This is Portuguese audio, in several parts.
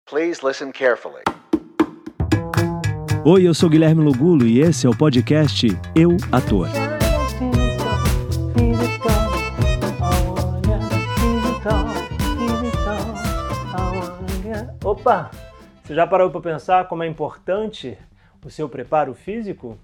Please listen carefully. Oi, eu sou Guilherme Lugulo e esse é o podcast Eu, Ator. Opa! Você já parou para pensar como é importante o seu preparo físico?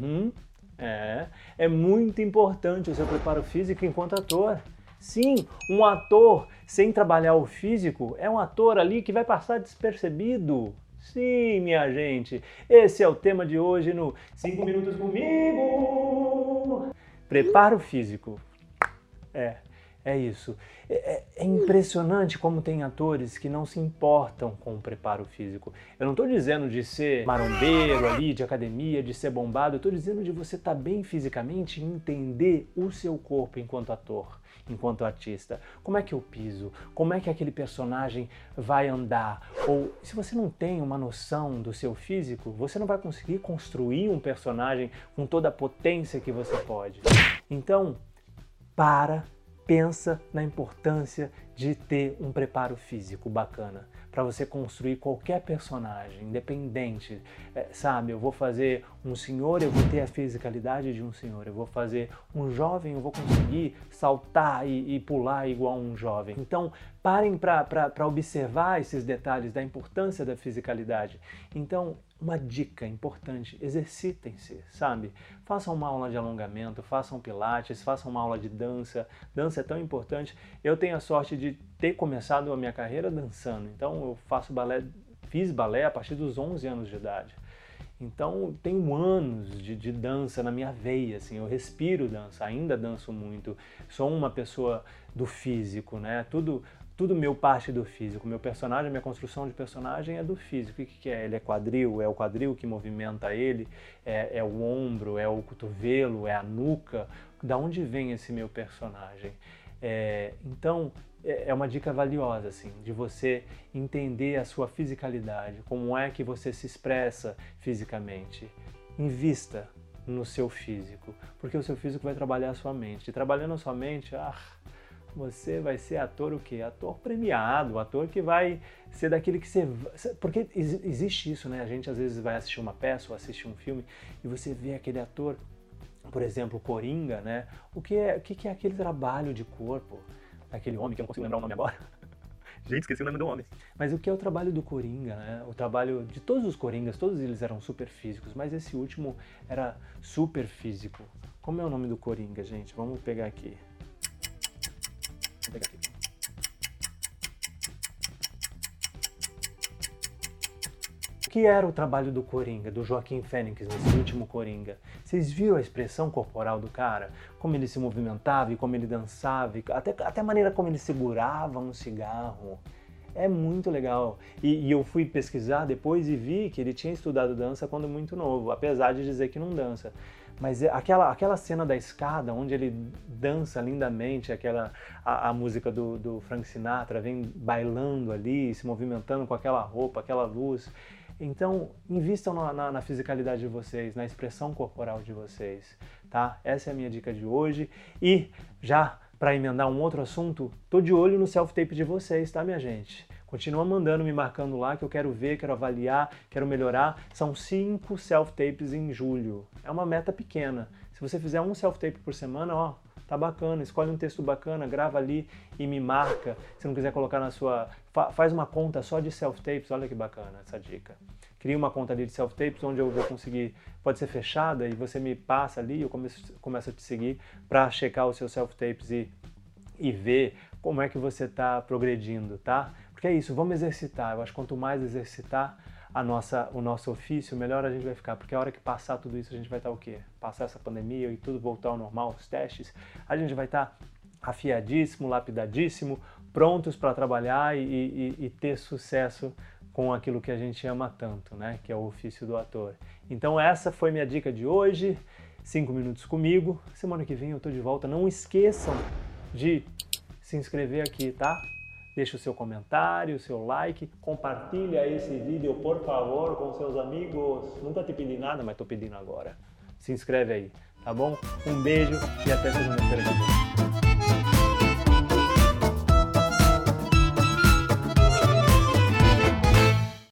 É muito importante o seu preparo físico enquanto ator. Sim, um ator sem trabalhar o físico é um ator ali que vai passar despercebido. Sim, minha gente, esse é o tema de hoje no 5 Minutos Comigo. Preparo físico. É isso. É impressionante como tem atores que não se importam com o preparo físico. Eu não estou dizendo de ser marombeiro ali, de academia, de ser bombado. Eu estou dizendo de você estar bem fisicamente e entender o seu corpo enquanto ator, enquanto artista. Como é que eu piso? Como é que aquele personagem vai andar? Ou se você não tem uma noção do seu físico, você não vai conseguir construir um personagem com toda a potência que você pode. Então, pensa na importância de ter um preparo físico bacana para você construir qualquer personagem, independente, sabe? Eu vou fazer um senhor, eu vou ter a fisicalidade de um senhor. Eu vou fazer um jovem, eu vou conseguir saltar e pular igual um jovem. Então, parem para observar esses detalhes da importância da fisicalidade. Então, uma dica importante, exercitem-se, sabe? Façam uma aula de alongamento, façam pilates, façam uma aula de dança. Dança é tão importante. Eu tenho a sorte de ter começado a minha carreira dançando. Então eu fiz balé a partir dos 11 anos de idade. Então tenho anos de dança na minha veia, assim, eu respiro dança, ainda danço muito. Sou uma pessoa do físico, né? Tudo meu parte do físico. Meu personagem, minha construção de personagem é do físico. O que é? Ele é quadril, é o quadril que movimenta ele, é o ombro, é o cotovelo, é a nuca. Da onde vem esse meu personagem? Então, é uma dica valiosa, assim, de você entender a sua fisicalidade, como é que você se expressa fisicamente. Invista no seu físico, porque o seu físico vai trabalhar a sua mente. E trabalhando a sua mente, você vai ser ator o quê? Ator premiado, ator que vai ser daquele que você... Porque existe isso, né? A gente às vezes vai assistir uma peça ou assistir um filme e você vê aquele ator, por exemplo, Coringa, né? O que é aquele trabalho de corpo daquele homem, que eu não consigo lembrar o nome agora. Gente, esqueci o nome do homem. Mas o que é o trabalho do Coringa, né? O trabalho de todos os Coringas, todos eles eram super físicos, mas esse último era super físico. Como é o nome do Coringa, gente? Vamos pegar aqui. O que era o trabalho do Coringa, do Joaquim Fênix, nesse último Coringa? Vocês viram a expressão corporal do cara? Como ele se movimentava e como ele dançava, até a maneira como ele segurava um cigarro. É muito legal. E eu fui pesquisar depois e vi que ele tinha estudado dança quando muito novo, apesar de dizer que não dança. Mas aquela cena da escada, onde ele dança lindamente, a música do Frank Sinatra, vem bailando ali, se movimentando com aquela roupa, aquela luz. Então, invistam na fisicalidade de vocês, na expressão corporal de vocês, tá? Essa é a minha dica de hoje. E já para emendar um outro assunto, tô de olho no self-tape de vocês, tá, minha gente? Continua mandando, me marcando lá, que eu quero ver, quero avaliar, quero melhorar. São 5 self-tapes em julho. É uma meta pequena. Se você fizer um self-tape por semana, tá bacana. Escolhe um texto bacana, grava ali e me marca. Se não quiser colocar na sua... Faz uma conta só de self-tapes, olha que bacana essa dica. Cria uma conta ali de self-tapes onde eu vou conseguir... Pode ser fechada e você me passa ali, eu começo a te seguir para checar os seus self-tapes e ver como é que você está progredindo, tá? Porque é isso, vamos exercitar. Eu acho que quanto mais exercitar o nosso ofício, melhor a gente vai ficar. Porque a hora que passar tudo isso, a gente vai estar o quê? Passar essa pandemia e tudo voltar ao normal, os testes, a gente vai estar afiadíssimo, lapidadíssimo, prontos para trabalhar e ter sucesso com aquilo que a gente ama tanto, né? Que é o ofício do ator. Então essa foi minha dica de hoje. 5 minutos comigo. Semana que vem eu tô de volta. Não esqueçam de se inscrever aqui, tá? Deixa o seu comentário, o seu like, compartilha esse vídeo, por favor, com seus amigos. Nunca te pedi nada, mas tô pedindo agora. Se inscreve aí, tá bom? Um beijo e até segunda-feira que vem.